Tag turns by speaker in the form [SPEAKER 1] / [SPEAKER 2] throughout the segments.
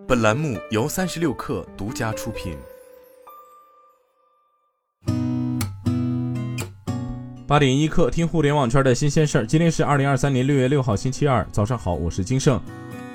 [SPEAKER 1] 本栏目由36氪独家出品。
[SPEAKER 2] 8点1刻，听互联网圈的新鲜事儿。今天是2023年6月6号星期二，早上好，我是金盛。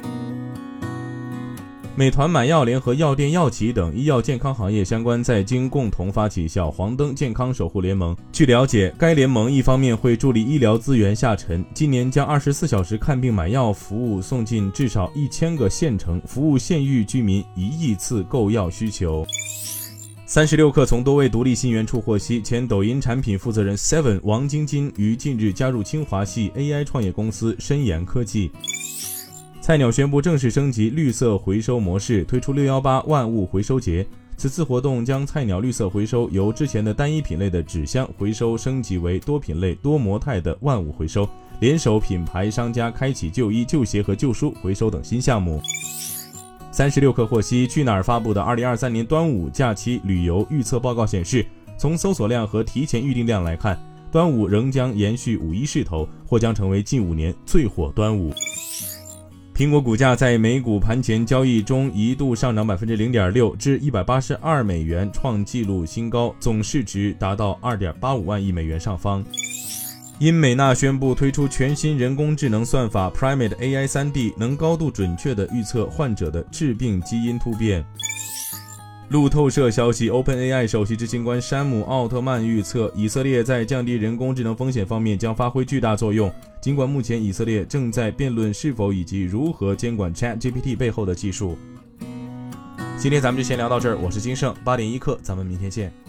[SPEAKER 2] 美团、买药联合药店、药企等医药健康行业相关在京共同发起小黄灯健康守护联盟。据了解，该联盟一方面会助力医疗资源下沉，今年将24小时看病买药服务送进至少1000个县城，服务县域居民1亿次购药需求。36氪从多位独立信源处获悉，前抖音产品负责人 Seven 王晶晶于近日加入清华系 AI 创业公司深研科技。菜鸟宣布正式升级绿色回收模式，推出618万物回收节。此次活动将菜鸟绿色回收由之前的单一品类的纸箱回收升级为多品类多模态的万物回收，联手品牌商家开启旧衣、旧鞋和旧书回收等新项目。36氪获悉，去哪儿发布的2023年端午假期旅游预测报告显示，从搜索量和提前预订量来看，端午仍将延续5·1势头，或将成为近5年最火端午。苹果股价在美股盘前交易中一度上涨 0.6% 至182美元，创纪录新高，总市值达到 2.85 万亿美元上方。因美纳宣布推出全新人工智能算法 Primate AI 3D， 能高度准确地预测患者的致病基因突变。路透社消息， OpenAI 首席执行官山姆·奥特曼预测，以色列在降低人工智能风险方面将发挥巨大作用。尽管目前以色列正在辩论是否以及如何监管 ChatGPT 背后的技术。今天咱们就先聊到这儿，我是金盛，8点1刻，咱们明天见。